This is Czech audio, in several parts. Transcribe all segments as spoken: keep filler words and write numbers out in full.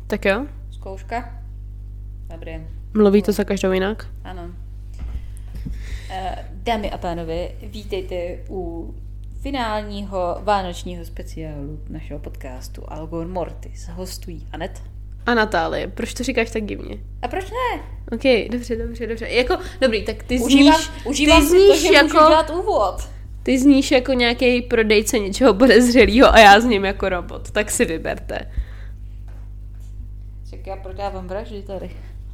Tak jo. Zkouška. Dobrý. Mluví to za každou jinak? Ano. Dámy a pánové, vítejte u finálního vánočního speciálu našeho podcastu Algor Mortis. Hostují Anet a Natálie. Proč to říkáš tak divně? A proč ne? Ok, dobře, dobře, dobře. Jako, dobrý, tak ty užívám, zníš... Užívám ty si zníš to, že jako, můžu dělat úvod. Ty zníš jako nějaký prodejce něčeho podezřelýho a já zním jako robot. Tak si vyberte. Ček, já prodávám vraždy tady.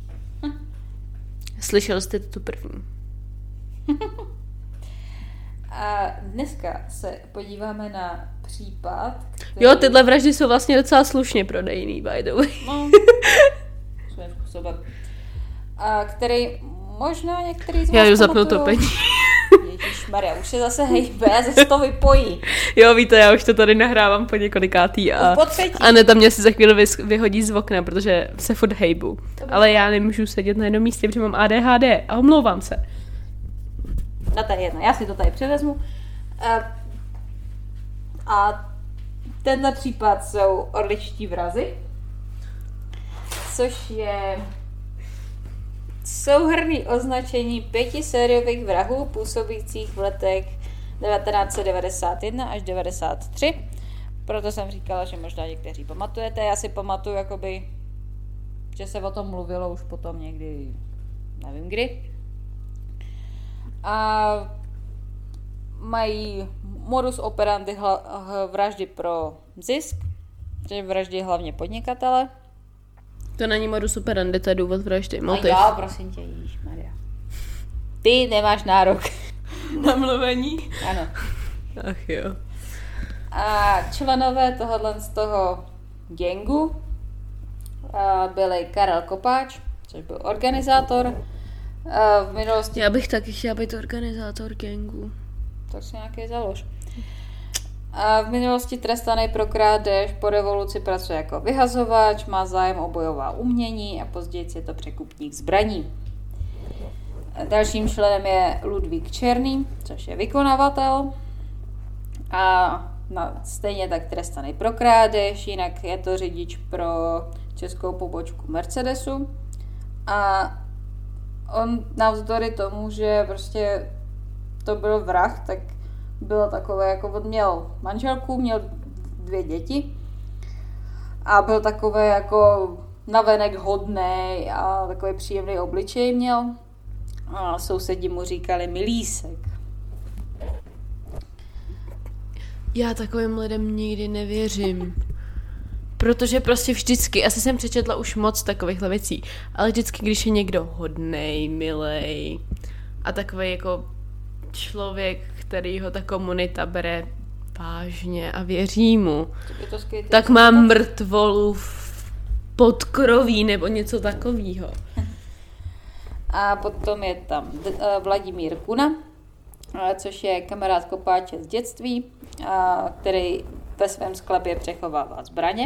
Slyšel jste to tu první. A dneska se podíváme na případ, který... Jo, tyhle vraždy jsou vlastně docela slušně prodejný, by the way. No, svým způsobem. A který možná některý z vás Já jdu zapnout pamatujou... topení. Ježišmarja, už se zase hejbe a zase to vypojí. Jo, víte, já už to tady nahrávám po několikátý a, a ne, tam mě si za chvíli vy, vyhodí z okna, protože se furt hejbu. Ale já nemůžu sedět na jednom místě, protože mám A D H D a omlouvám se. No to je jedno, já si to tady převezmu. A, a tenhle případ jsou orličtí vrazi, což je souhrnný označení pěti sériových vrahů působících v letech devatenáct set devadesát jedna až devadesát tři. Proto jsem říkala, že možná někteří pamatujete. Já si pamatuju, jakoby, že se o tom mluvilo už potom někdy, nevím kdy. A mají modus operandi hla, vraždy pro zisk, že vraždí hlavně podnikatele. To není modus operandi, to je důvod vraždy, motiv. No jo, prosím tě, ježišmarja. Ty nemáš nárok. Na mluvení? Ano. Ach jo. A členové tohohle z toho gangu byli Karel Kopáč, což byl organizátor. V minulosti... Já bych taky chtěla být organizátor gangu. Tak si nějaký založ. A v minulosti trestaný pro krádež, po revoluci pracuje jako vyhazovač, má zájem o bojová umění a později je to překupník zbraní. Dalším členem je Ludvík Černý, což je vykonavatel. A no, stejně tak trestaný pro krádež, jinak je to řidič pro českou pobočku Mercedesu. A on navzdory tomu, že prostě to byl vrah, tak bylo takové, jako on měl manželku, měl dvě děti a byl takové jako navenek hodnej a takový příjemný obličej měl. A sousedi mu říkali Milísek. Já takovým lidem nikdy nevěřím. Protože prostě vždycky, asi jsem přečetla už moc takovýchhle věcí, ale vždycky, když je někdo hodnej, milej a takový jako člověk, který ho ta komunita bere vážně a věří mu, tak má mrtvolu v podkroví nebo něco takového. A potom je tam Vladimír Kuna, což je kamarád Kopáče z dětství, který ve svém sklepě přechovává zbraně.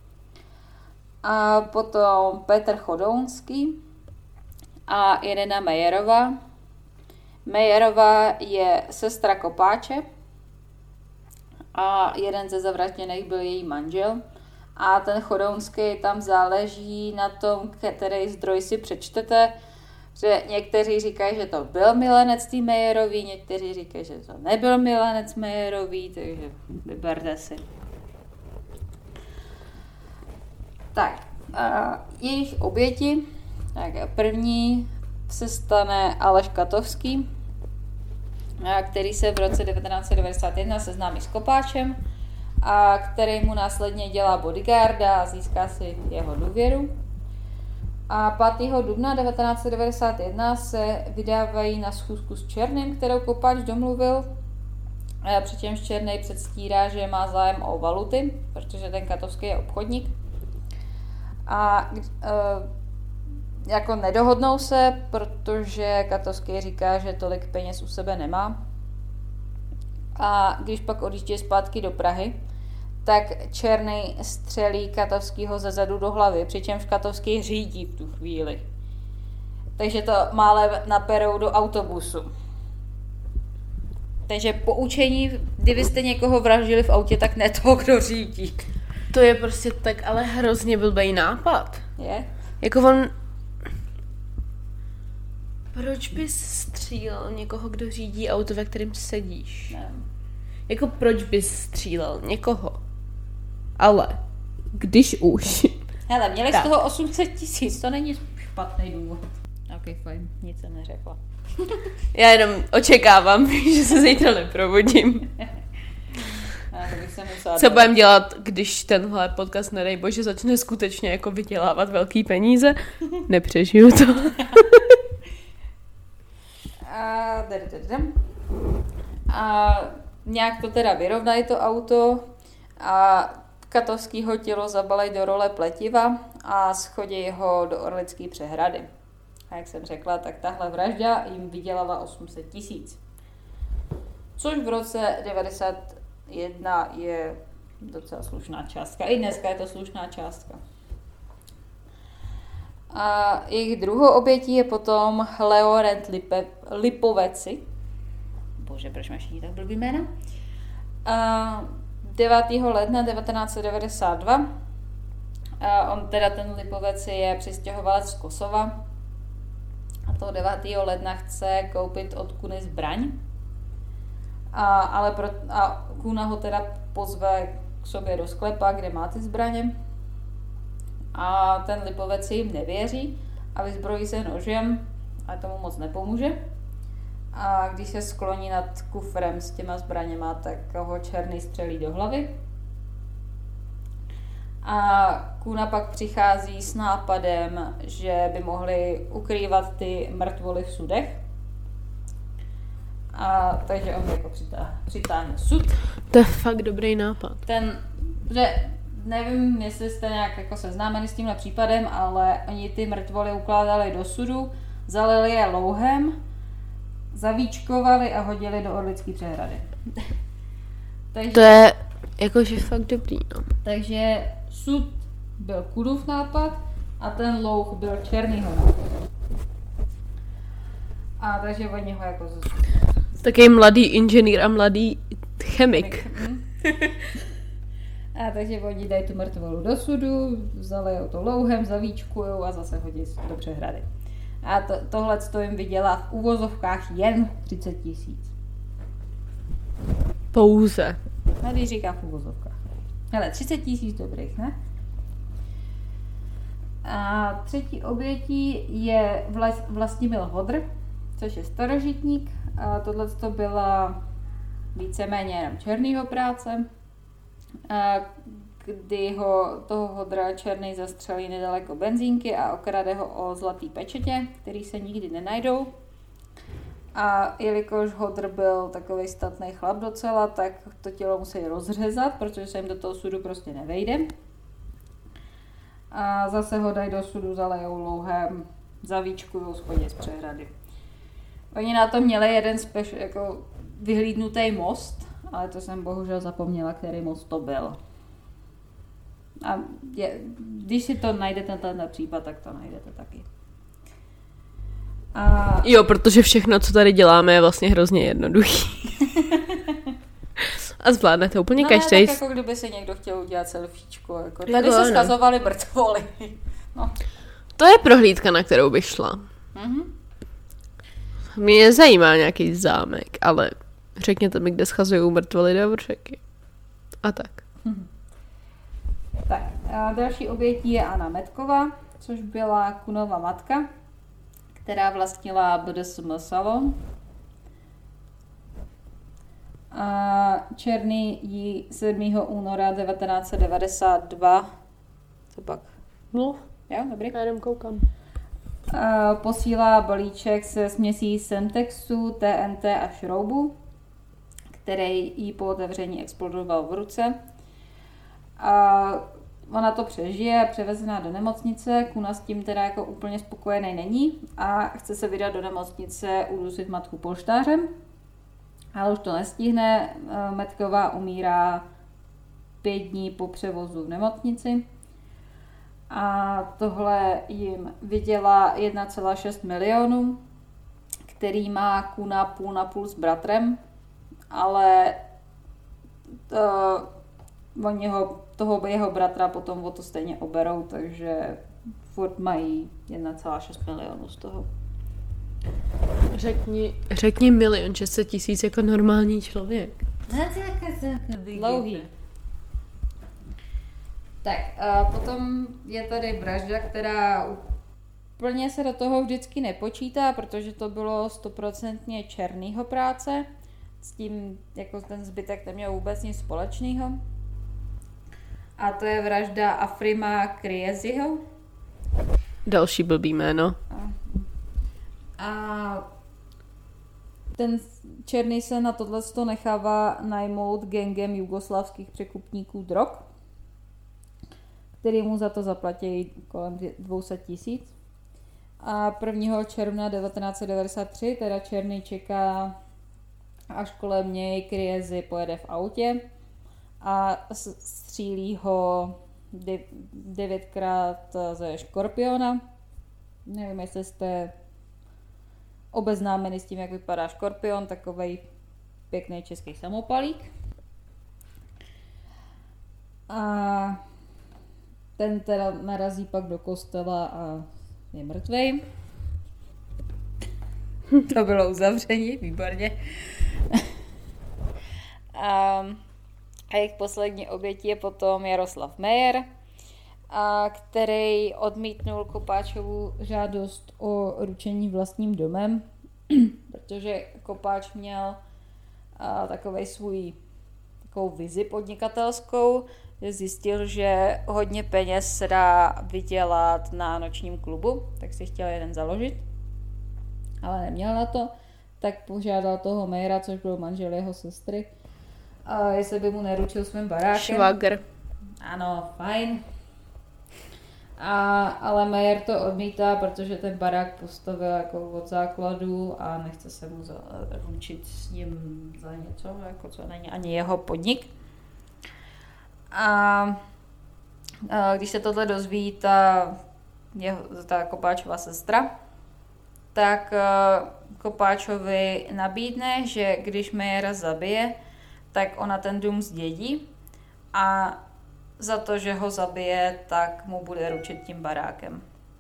A potom Petr Chodounský a Irena Mejerová. Mejerová je sestra Kopáče a jeden ze zavražděných byl její manžel. A ten Chodounský tam záleží na tom, který zdroj si přečtete, že někteří říkají, že to byl milenec tý Mejerový, někteří říkají, že to nebyl milenec Mejerový, takže vyberte si. Tak, a jejich oběti, tak první se stane Aleš Katovský, který se v roce devatenáct set devadesát jedna seznámí s Kopáčem a který mu následně dělá bodyguarda a získá si jeho důvěru. A pátého dubna devatenáct set devadesát jedna se vydávají na schůzku s Černým, kterou Kopáč domluvil, přičemž Černý předstírá, že má zájem o valuty, protože ten Katovský je obchodník. A e, jako nedohodnou se, protože Katovský říká, že tolik peněz u sebe nemá. A když pak odjíždí zpátky do Prahy, tak Černý střelí Katovskýho zezadu do hlavy, přičemž Katovský řídí v tu chvíli. Takže to málem naperou do autobusu. Takže poučení, kdybyste někoho vraždili v autě, tak ne toho, kdo řídí. To je prostě tak ale hrozně blbej nápad. Je? Jako on... Proč bys střílel někoho, kdo řídí auto, ve kterém sedíš? Ne. Jako proč bys střílel někoho? Ale, když už... Hele, měli Tak. z toho osm set tisíc, to není špatný důvod. Ok, fajn, nic jsem neřekla. Já jenom očekávám, že se zítra neprobudím. A to bych se musela Co budeme dělat, když tenhle podcast, nedej bože, začne skutečně jako vydělávat velký peníze? Nepřežiju to. A, a nějak to teda vyrovnají to auto a Katovskýho tělo zabalej do role pletiva a schodí ho do Orlické přehrady. A jak jsem řekla, tak tahle vražda jim vydělala osm set tisíc. Což v roce devadesát jedna je docela slušná částka. I dneska je to slušná částka. A jejich druhou obětí je potom Laurent Lipe, Lipoveci. Bože, proč máš všichni tak blbý jména? A devátého ledna devatenáct set devadesát dva. A on teda ten Lipoveci je přistěhovalec z Kosova. A toho devátého ledna chce koupit od Kuny zbraň. A, ale pro, a Kuna ho teda pozve k sobě do sklepa, kde má ty zbraně. A ten Lipovec jim nevěří a vyzbrojí se nožem, a tomu moc nepomůže. A když se skloní nad kufrem s těma zbraněma, tak ho černý střelí do hlavy. A Kuna pak přichází s nápadem, že by mohli ukrývat ty mrtvoly v sudech. A takže on jako přitá, přitáhne sud. To je fakt dobrý nápad. Ten, že nevím, jestli jste nějak jako seznámeni s tímhle případem, ale oni ty mrtvoly ukládali do sudu, zalili je louhem, zavíčkovali a hodili do Orlické přehrady. takže, To je jakože fakt dobrý, no. takže sud byl Kunův nápad a ten louh byl Černýho nápad. A takže oni ho jako z... Takový mladý inženýr a mladý chemik. A takže oni dají tu mrtvolu do sudu, zalejou to louhem, zavíčkujou a zase hodí do přehrady. A to, tohle to jim vydělá v uvozovkách jen třicet tisíc. Pouze. A když říkám v uvozovkách. Hele, třicet tisíc dobrých, ne? A třetí obětí je Vlas, Vlastimil Hodr, což je starožitník. A tohle to byla víceméně jenom Černýho práce, a kdy ho toho Hodra Černý zastřelí nedaleko benzínky a okrade ho o zlatý pečetě, který se nikdy nenajdou. A jelikož Hodr byl takovej statný chlap docela, tak to tělo musí rozřezat, protože se jim do toho sudu prostě nevejde. A zase ho dají do sudu, zalejou louhem, zavíčkujou, schodí z přehrady. Oni na to měli jeden speš, jako vyhlídnutý most, ale to jsem bohužel zapomněla, který most to byl. A je, když si to najdete, tenhle případ, tak to najdete taky. A... Jo, protože všechno, co tady děláme, je vlastně hrozně jednoduchý. A zvládnete úplně no každý. Ne, tak jako kdyby si někdo chtěl udělat selfiečko. Jako, tady Jako se ano. schazovali mrtvoly. No. To je prohlídka, na kterou bych šla. Mhm. Mě zajímá nějaký zámek, ale řekněte mi, kde schazují mrtvoly do vršeky. A tak. Tak, a další obětí je Anna Metková, což byla Kunova matka, která vlastnila B D S M salon. A Černý ji sedmého února devatenáct set devadesát dva, co pak? No, Jo, dobrý. já jenom koukám. A posílá balíček se směsí Semtexu, T N T a šroubu, který jí po otevření explodoval v ruce. A ona to přežije, převezená do nemocnice, Kuna s tím teda jako úplně spokojený není a chce se vydat do nemocnice udusit matku polštářem, ale už to nestihne, Metková umírá pět dní po převozu v nemocnici a tohle jim vydělá jedna celá šest milionů, který má Kuna půl na půl s bratrem, ale to, oni ho toho jeho bratra potom o to stejně oberou, takže furt mají jedna celá šest milionů z toho. Řekni, řekni milion šest set tisíc jako normální člověk. Dlouhý. Tak a potom je tady vražda, která úplně se do toho vždycky nepočítá, protože to bylo stoprocentně černýho práce. S tím jako ten zbytek neměl vůbec nic společného. A to je vražda Afrima Krieziho. Další blbý jméno. A, a ten černý se na tohleto nechává najmout gangem jugoslavských překupníků drog, který mu za to zaplatí kolem dvě stě tisíc. A prvního června devatenáct set devadesát tři teda černý čeká, až kolem něj Kriezi pojede v autě a střílí ho devětkrát ze škorpiona. Nevím, jestli jste obeznámeni s tím, jak vypadá škorpion, takovej pěkný český samopalík. A ten teda narazí pak do kostela a je mrtvej. To bylo uzavření, výborně. a, a jejich poslední obětí je potom Jaroslav Meyer, a který odmítnul Kopáčovu žádost o ručení vlastním domem, protože Kopáč měl takovej svůj takovou vizi podnikatelskou, že zjistil, že hodně peněz se dá vydělat na nočním klubu, tak si chtěl jeden založit, ale neměl na to, tak požádal toho Meyera, což byl manžel jeho sestry, a jestli by mu neručil svým barákem. Švagr. Ano, fajn. A, ale Meyer to odmítá, protože ten barák postavil jako od základu a nechce se mu ručit s ním za něco, jako co není ani jeho podnik. A, a když se tohle dozví ta, jeho, ta Kopáčova sestra, tak Kopáčovi nabídne, že když Meyera zabije, tak ona ten dům zdědí a za to, že ho zabije, tak mu bude ručit tím barákem.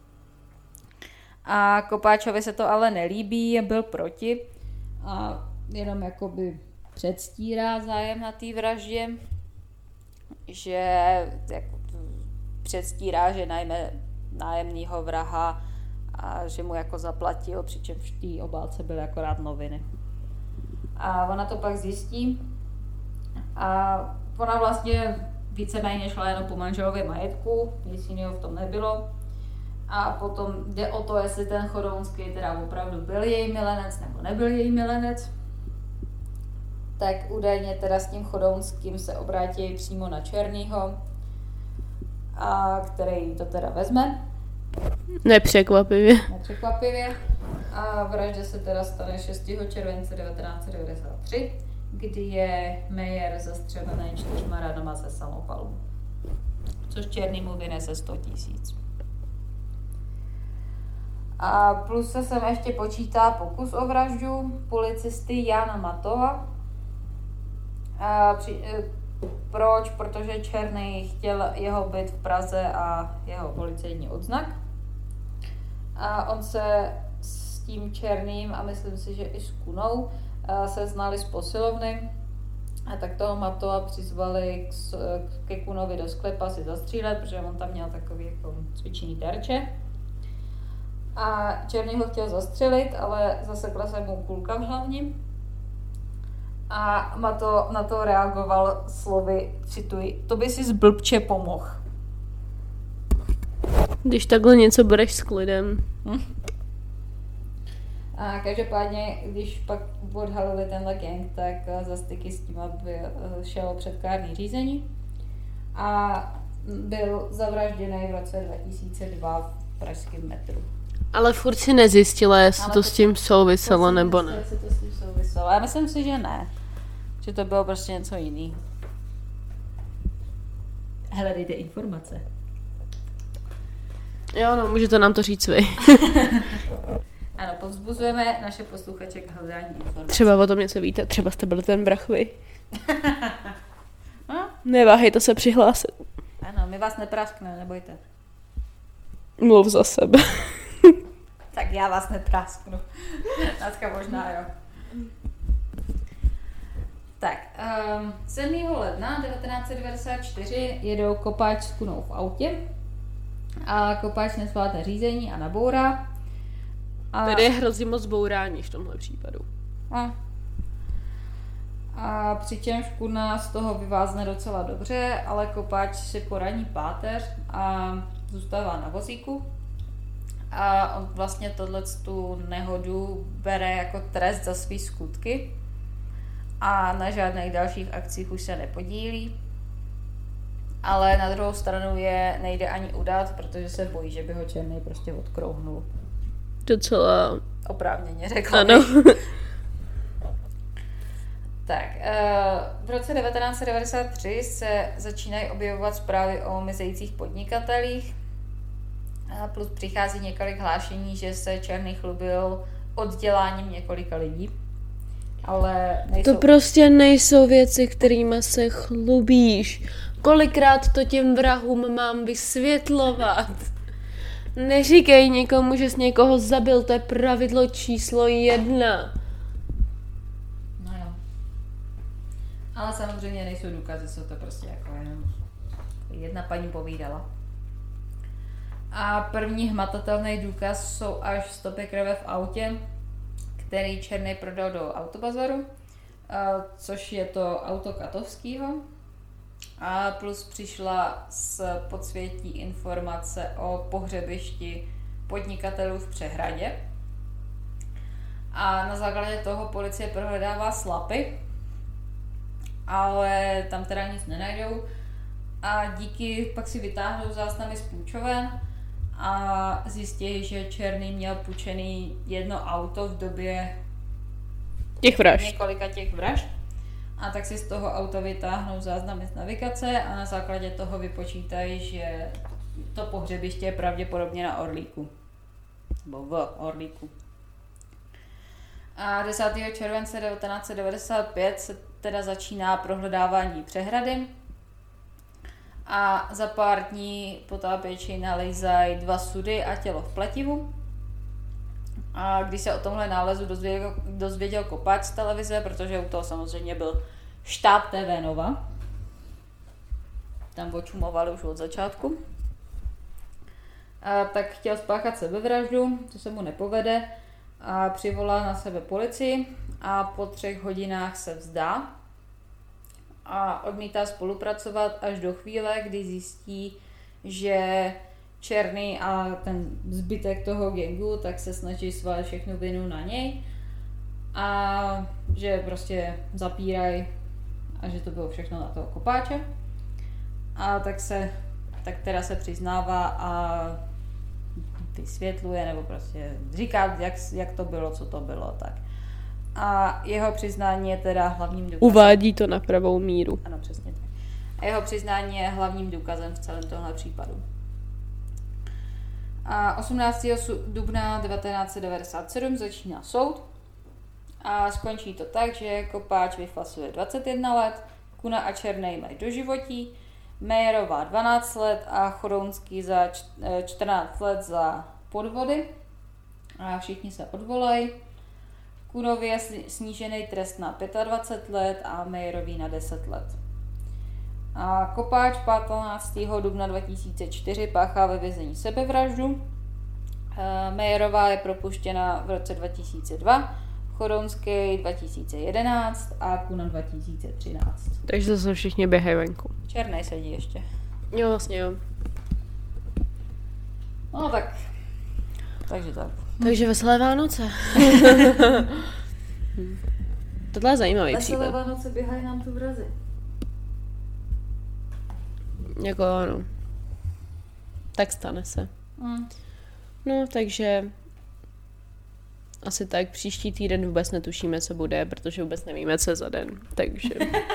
A Kopáčovi se to ale nelíbí, byl proti a jenom jakoby předstírá zájem na té vraždě, že jako předstírá, že najme nájemného vraha a že mu jako zaplatil, přičemž v té obálce byly akorát noviny. A ona to pak zjistí a ona vlastně víceméně šla jenom po manželově majetku, nic jiného v tom nebylo. A potom jde o to, jestli ten Chodounský teda opravdu byl její milenec nebo nebyl její milenec. Tak údajně teda s tím Chodounským se obrátí přímo na Černýho, a který to teda vezme. Nepřekvapivě. Nepřekvapivě. A vražda se teda stane šestého července devatenáct set devadesát tři, kdy je Meyer zastřelený čtyřma ranama ze samopalu, což Černýmu vynese sto tisíc. A plus se sem ještě počítá pokus o vraždu policisty Jana Matova. A při, e, proč? Protože Černý chtěl jeho byt v Praze a jeho policejní odznak. A on se s tím Černým a myslím si, že i s Kunou se znali z posilovny. A tak toho Matova přizvali k, ke Kunovi do sklepa si zastřílet, protože on tam měl takový jako cvičný terče. A Černý ho chtěl zastřelit, ale zasekla se mu kulka v hlavni. A Mato na to reagoval slovy, cituji, to by si zblbče pomohl. Když takhle něco bereš s klidem. Hm? A každopádně, když pak odhalili tenhle gang, tak za styky s tím by šel předkárný řízení a byl zavražděný v roce dva tisíce dva v pražském metru. Ale furt si nezjistila, jestli to, to s tím souviselo nebo ne. Jestli to s tím souviselo. Já myslím si, že ne. Že to bylo prostě něco jiného. Hele, dejte informace. Jo, no, můžete nám to říct vy. Ano, povzbuzujeme naše posluchače k hledání informací. Třeba o tom něco víte, třeba jste byli ten brach vy. No, Neváhejte se přihlásit. Ano, my vás nepráskneme, nebojte. Mluv za sebe. Tak já vás neprásknu. Dneska možná, jo. Tak, um, sedmého ledna devatenáct set devadesát čtyři jedou Kopáč s Kunou v autě a Kopáč nezvládne řízení a nabourá. A... Tady je hrozí moc bourání v tomhle případu. A, a přičemž Kuna z toho vyvázne docela dobře, ale Kopáč si poraní páteř a zůstává na vozíku. A on vlastně tohletu nehodu bere jako trest za svý skutky a na žádných dalších akcích už se nepodílí. Ale na druhou stranu je nejde ani udat, protože se bojí, že by ho Černý prostě odkrouhnul. Docela... Oprávněně řekla. Ano. Tak, v roce devatenáct set devadesát tři se začínají objevovat zprávy o mizejících podnikatelích. A plus přichází několik hlášení, že se Černý chlubil odděláním několika lidí. Ale nejsou... To prostě nejsou věci, kterými se chlubíš. Kolikrát to těm vrahům mám vysvětlovat? Neříkej někomu, že jsi někoho zabil, to je pravidlo číslo jedna. No jo. Ale samozřejmě nejsou důkazy, jsou to prostě jako jenom jedna paní povídala. A první hmatatelný důkaz jsou až stopy krve v autě, který Černý prodal do autobazaru, což je to auto Katovskýho. A plus přišla z podsvětí informace o pohřebišti podnikatelů v Přehradě. A na základě toho policie prohledává slapy, ale tam teda nic nenajdou. A díky pak si vytáhnou záznamy z půjčoven a zjistí, že Černý měl půjčený jedno auto v době těch vražd. několika těch vražd. A tak si z toho auta vytáhnou záznamy z navigace a na základě toho vypočítají, že to pohřebiště je pravděpodobně na Orlíku. Nebo v Orlíku. A desátého července devatenáct set devadesát pět se teda začíná prohledávání Přehrady. A za pár dní potápěči nalejzají dva sudy a tělo v pletivu. A když se o tomhle nálezu dozvěděl, dozvěděl Kopáč z televize, protože u toho samozřejmě byl štáb T V Nova. Tam očumovali už od začátku. A tak chtěl spáchat sebevraždu, to se mu nepovede. A přivolá na sebe policii a po třech hodinách se vzdá. A odmítá spolupracovat až do chvíle, kdy zjistí, že Černý a ten zbytek toho gangu tak se snaží svalit všechnu vinu na něj a že prostě zapírají a že to bylo všechno na toho Kopáče. A tak se, tak teda se přiznává a vysvětluje nebo prostě říká, jak, jak to bylo, co to bylo, tak. A jeho přiznání je teda hlavním důkazem. Uvádí to na pravou míru. Ano, přesně tak. A jeho přiznání je hlavním důkazem v celém tomhle případu. A osmnáctého dubna devatenáct set devadesát sedm začíná soud a skončí to tak, že Kopáč vyfasuje dvacet jedna let, Kuna a Černý mají doživotí, Mayerová dvanáct let a Chodounský za čtrnáct let za podvody. A všichni se odvolají. Kunovi je snížený trest na dvacet pět let a Mayerový na deset let. A Kopáč patnáctého dubna dva tisíce čtyři páchá ve vězení sebevraždu. Mayerová je propuštěna v roce dva tisíce dva, Chodounský dva tisíce jedenáct a Kuna dva tisíce třináct. Takže zase všichni běhají venku. Černý sedí ještě. Jo, vlastně jo. No tak. Takže tak. Takže veselé Vánoce. Tohle je zajímavý veselé případ. Veselé Vánoce běhají nám tu vrazy. Jako ano. Tak stane se. Mm. No, takže asi tak příští týden vůbec netušíme, co bude, protože vůbec nevíme, co je za den. Takže...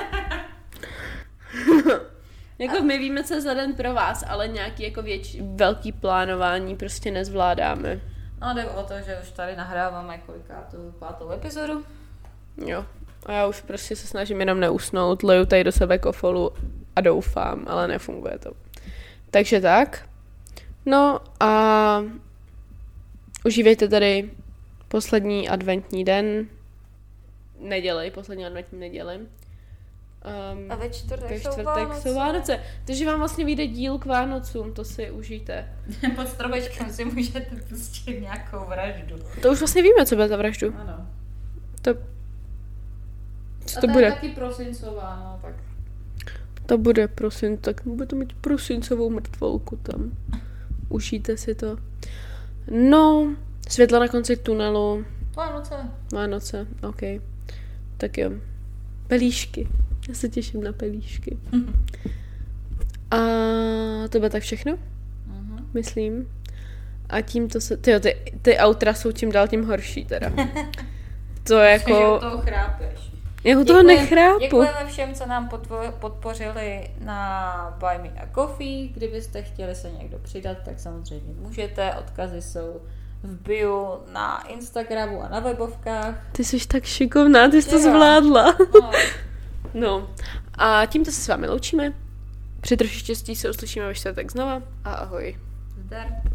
jako my víme, co je za den pro vás, ale nějaký jako věč, velký plánování prostě nezvládáme. No, jde o to, že už tady nahráváme kolikátou pátou epizodu. Jo. A já už prostě se snažím jenom neusnout, leju tady do sebe kofolu a doufám, ale nefunguje to. Takže tak. No a užívejte tady poslední adventní den, neděli, poslední adventní neděli. Um, a ve čtvrtek, ve jsou, čtvrtek Vánoce. jsou Vánoce. Takže vám vlastně vyjde díl k Vánocům, to si užijte. Pod stromečkem si můžete pustit nějakou vraždu. To už vlastně víme, co bude za vraždu. Ano. To, co A to ta bude? je taky prosincová, no tak. To bude, prosím, tak budete mít prosincovou mrtvolku tam. Užijte si to. No, světla na konci tunelu. Vánoce. Vánoce, ok. Tak jo. Pelíšky. Já se těším na pelíšky. A to bude tak všechno, Mhm. myslím. A tímto se... Tyjo, ty, ty outra jsou čím dál tím horší teda. To Že jako... u toho chrápeš. Já u toho nechrápu. Děkujeme všem, co nám podpo- podpořili na Buy Me a Coffee. Kdybyste chtěli se někdo přidat, tak samozřejmě můžete. Odkazy jsou v bio na Instagramu a na webovkách. Ty jsi tak šikovná, ty jsi to Jo. zvládla. No. No. A tímto se s vámi loučíme. Při troši štěstí se uslyšíme ve čtvrtek znova. A ahoj. Zdar.